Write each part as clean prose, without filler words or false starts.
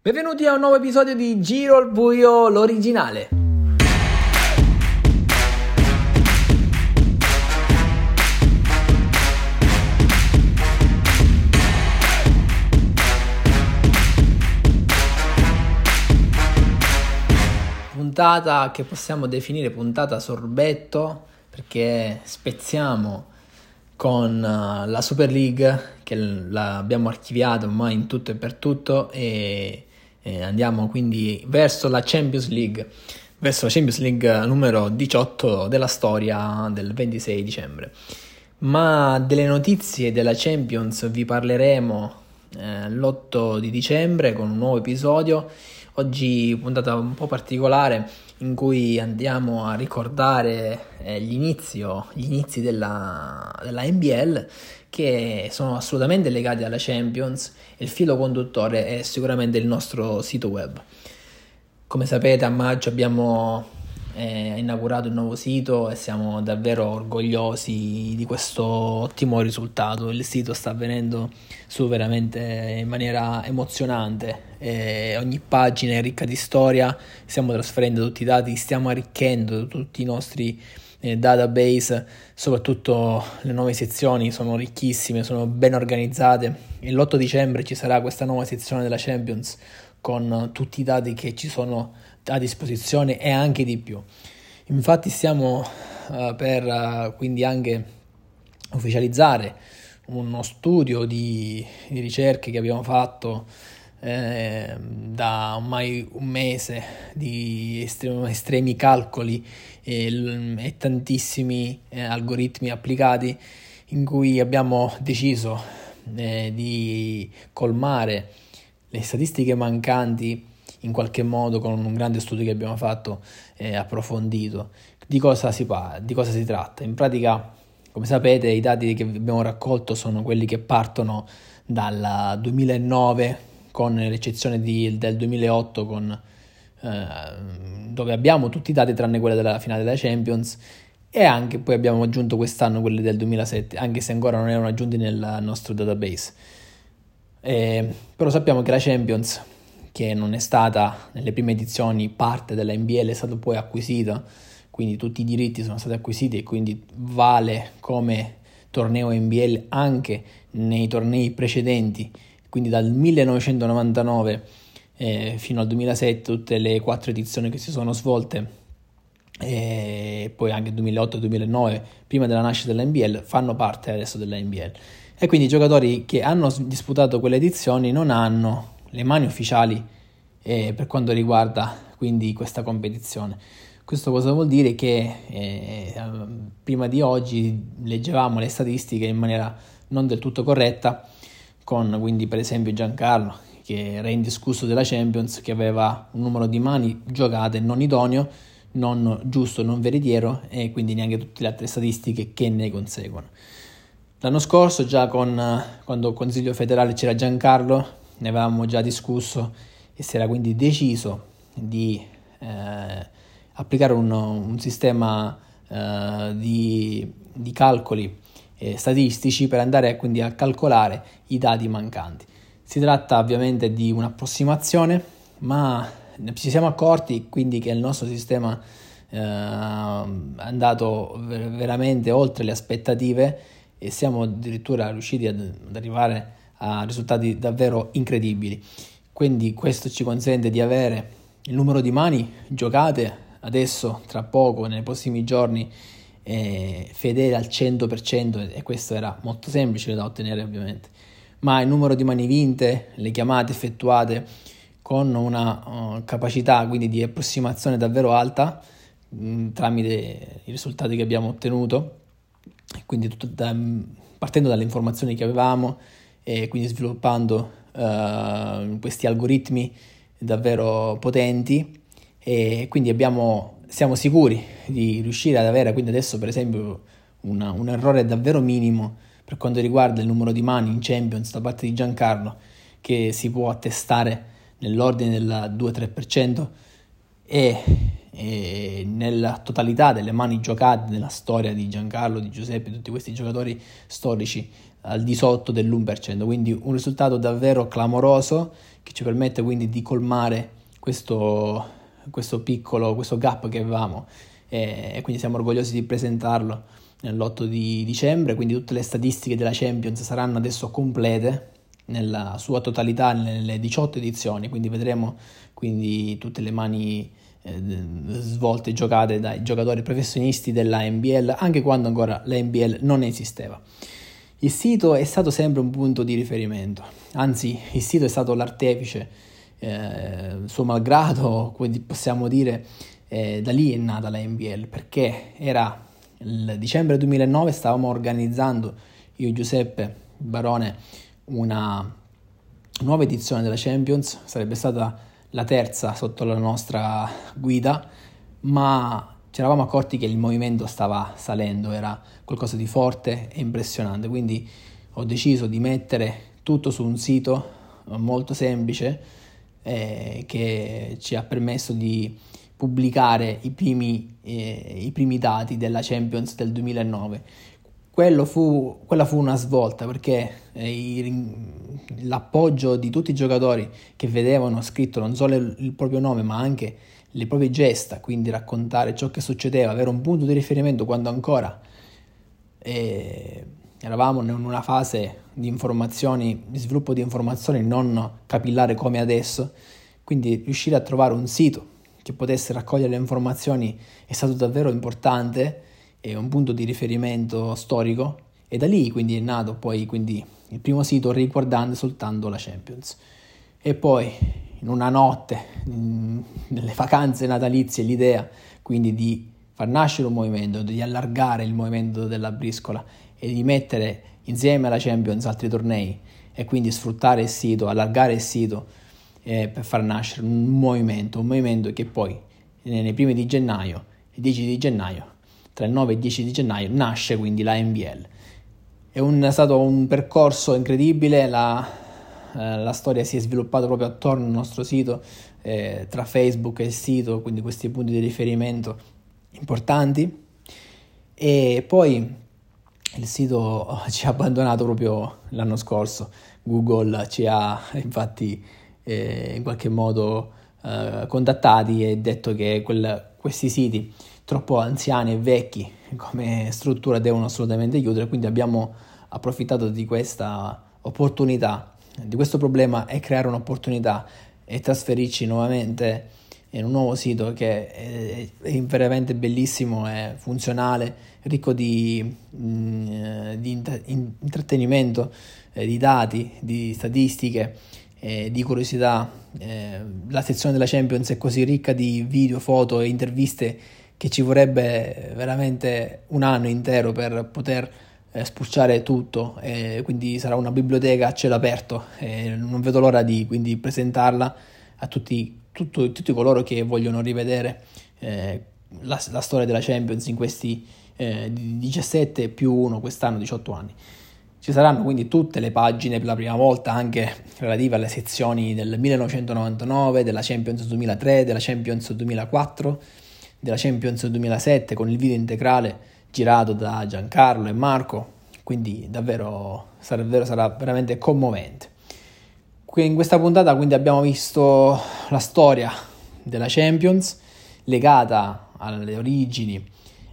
Benvenuti a un nuovo episodio di Giro al Buio, l'originale. Puntata che possiamo definire puntata sorbetto, perché spezziamo con la Super League, che l'abbiamo archiviata ormai in tutto e per tutto, e andiamo quindi verso la Champions League numero 18 della storia del 26 dicembre. Ma delle notizie della Champions vi parleremo l'8 di dicembre con un nuovo episodio. Oggi puntata un po' particolare in cui andiamo a ricordare gli inizi della NBL, che sono assolutamente legati alla Champions, e il filo conduttore è sicuramente il nostro sito web. Come sapete, a maggio abbiamo inaugurato il nuovo sito e siamo davvero orgogliosi di questo ottimo risultato. Il sito sta venendo su veramente in maniera emozionante, ogni pagina è ricca di storia, stiamo trasferendo tutti i dati, stiamo arricchendo tutti i nostri database, soprattutto le nuove sezioni sono ricchissime, sono ben organizzate, e l'8 dicembre ci sarà questa nuova sezione della Champions con tutti i dati che ci sono a disposizione e anche di più. Infatti stiamo per quindi anche ufficializzare uno studio di ricerche che abbiamo fatto da ormai un mese, di estremi calcoli e tantissimi algoritmi applicati, in cui abbiamo deciso di colmare le statistiche mancanti in qualche modo con un grande studio che abbiamo fatto approfondito. Di cosa si tratta? In pratica, come sapete, i dati che abbiamo raccolto sono quelli che partono dal 2009, con l'eccezione del 2008, dove abbiamo tutti i dati tranne quella della finale della Champions, e anche poi abbiamo aggiunto quest'anno quelli del 2007, anche se ancora non erano aggiunti nel nostro database. Però sappiamo che la Champions, che non è stata nelle prime edizioni parte della NBL, è stata poi acquisita, quindi tutti i diritti sono stati acquisiti e quindi vale come torneo NBL anche nei tornei precedenti, quindi dal 1999 fino al 2007 tutte le 4 edizioni che si sono svolte, e poi anche 2008 e 2009 prima della nascita della NBL, fanno parte adesso della NBL, e quindi i giocatori che hanno disputato quelle edizioni non hanno le mani ufficiali per quanto riguarda quindi questa competizione. Questo cosa vuol dire? Che prima di oggi leggevamo le statistiche in maniera non del tutto corretta, con quindi per esempio Giancarlo, che era indiscusso della Champions, che aveva un numero di mani giocate non idoneo, non giusto, non veritiero, e quindi neanche tutte le altre statistiche che ne conseguono. L'anno scorso, già quando il Consiglio federale c'era Giancarlo, ne avevamo già discusso e si era quindi deciso di applicare un sistema di calcoli statistici per andare quindi a calcolare i dati mancanti. Si tratta ovviamente di un'approssimazione, ma ci siamo accorti quindi che il nostro sistema è andato veramente oltre le aspettative, e siamo addirittura riusciti ad arrivare a risultati davvero incredibili. Quindi questo ci consente di avere il numero di mani giocate adesso, tra poco, nei prossimi giorni, fedele al 100%, e questo era molto semplice da ottenere ovviamente, ma il numero di mani vinte, le chiamate effettuate con una capacità quindi di approssimazione davvero alta tramite i risultati che abbiamo ottenuto, quindi partendo dalle informazioni che avevamo e quindi sviluppando questi algoritmi davvero potenti, e quindi siamo sicuri di riuscire ad avere quindi adesso per esempio un errore davvero minimo per quanto riguarda il numero di mani in Champions da parte di Giancarlo, che si può attestare nell'ordine del 2-3%, e nella totalità delle mani giocate nella storia di Giancarlo, di Giuseppe, tutti questi giocatori storici, al di sotto dell'1%, quindi un risultato davvero clamoroso che ci permette quindi di colmare questo gap che avevamo, e quindi siamo orgogliosi di presentarlo nell'8 di dicembre. Quindi tutte le statistiche della Champions saranno adesso complete nella sua totalità nelle 18 edizioni, quindi vedremo quindi tutte le mani svolte e giocate dai giocatori professionisti della NBL, anche quando ancora la NBL non esisteva. Il sito è stato sempre un punto di riferimento, anzi il sito è stato l'artefice, suo malgrado, quindi possiamo dire, da lì è nata la NBL, perché era il dicembre 2009, stavamo organizzando io e Giuseppe Barone una nuova edizione della Champions, sarebbe stata la terza sotto la nostra guida, ma ci eravamo accorti che il movimento stava salendo, era qualcosa di forte e impressionante, quindi ho deciso di mettere tutto su un sito molto semplice, che ci ha permesso di pubblicare i primi dati della Champions del 2009. Quella fu una svolta, perché l'appoggio di tutti i giocatori che vedevano scritto non solo il proprio nome ma anche le proprie gesta, quindi raccontare ciò che succedeva, avere un punto di riferimento quando ancora eravamo in una fase di informazioni, di sviluppo di informazioni non capillare come adesso, quindi riuscire a trovare un sito che potesse raccogliere le informazioni è stato davvero importante, è un punto di riferimento storico, e da lì quindi è nato poi quindi il primo sito riguardante soltanto la Champions. E poi in una notte, nelle vacanze natalizie, l'idea quindi di far nascere un movimento, di allargare il movimento della briscola e di mettere insieme alla Champions altri tornei, e quindi sfruttare il sito, allargare il sito, per far nascere un movimento che poi nei primi di gennaio, il 10 di gennaio, tra il 9 e il 10 di gennaio, nasce quindi la NBL. È stato un percorso incredibile, la storia si è sviluppata proprio attorno al nostro sito, tra Facebook e il sito, quindi questi punti di riferimento importanti. E poi il sito ci ha abbandonato proprio l'anno scorso, Google ci ha infatti in qualche modo contattati e detto che questi siti troppo anziani e vecchi come struttura devono assolutamente chiudere, quindi abbiamo approfittato di questa opportunità, di questo problema, e creare un'opportunità e trasferirci nuovamente in un nuovo sito che è veramente bellissimo, è funzionale, ricco di intrattenimento, di dati, di statistiche, di curiosità. La sezione della Champions è così ricca di video, foto e interviste che ci vorrebbe veramente un anno intero per poter spulciare tutto, quindi sarà una biblioteca a cielo aperto, non vedo l'ora di quindi presentarla a tutti coloro che vogliono rivedere la storia della Champions in questi 17 più 1 quest'anno 18 anni. Ci saranno quindi tutte le pagine per la prima volta anche relative alle sezioni del 1999, della Champions 2003, della Champions 2004, della Champions 2007, con il video integrale girato da Giancarlo e Marco, quindi davvero sarà veramente commovente. In questa puntata quindi abbiamo visto la storia della Champions legata alle origini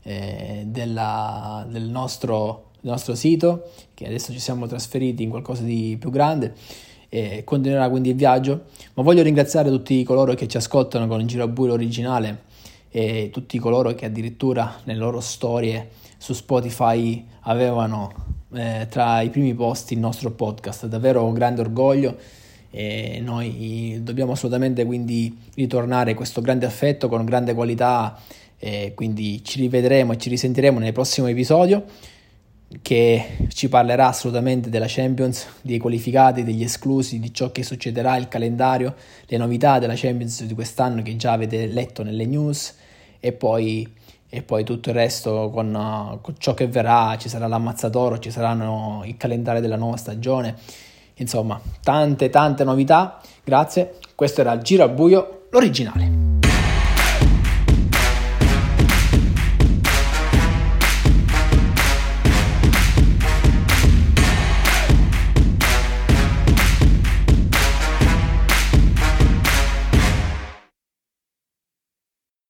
del nostro sito, che adesso ci siamo trasferiti in qualcosa di più grande, e continuerà quindi il viaggio. Ma voglio ringraziare tutti coloro che ci ascoltano con il Girabuio originale e tutti coloro che addirittura nelle loro storie su Spotify avevano tra i primi posti il nostro podcast. Davvero un grande orgoglio, e noi dobbiamo assolutamente quindi ritornare questo grande affetto con grande qualità, e quindi ci rivedremo e ci risentiremo nel prossimo episodio, che ci parlerà assolutamente della Champions, dei qualificati, degli esclusi, di ciò che succederà, il calendario, le novità della Champions di quest'anno che già avete letto nelle news, e poi tutto il resto con ciò che verrà. Ci sarà l'ammazzatoro, ci saranno il calendario della nuova stagione, insomma tante novità. Grazie, questo era il Girabuio l'originale.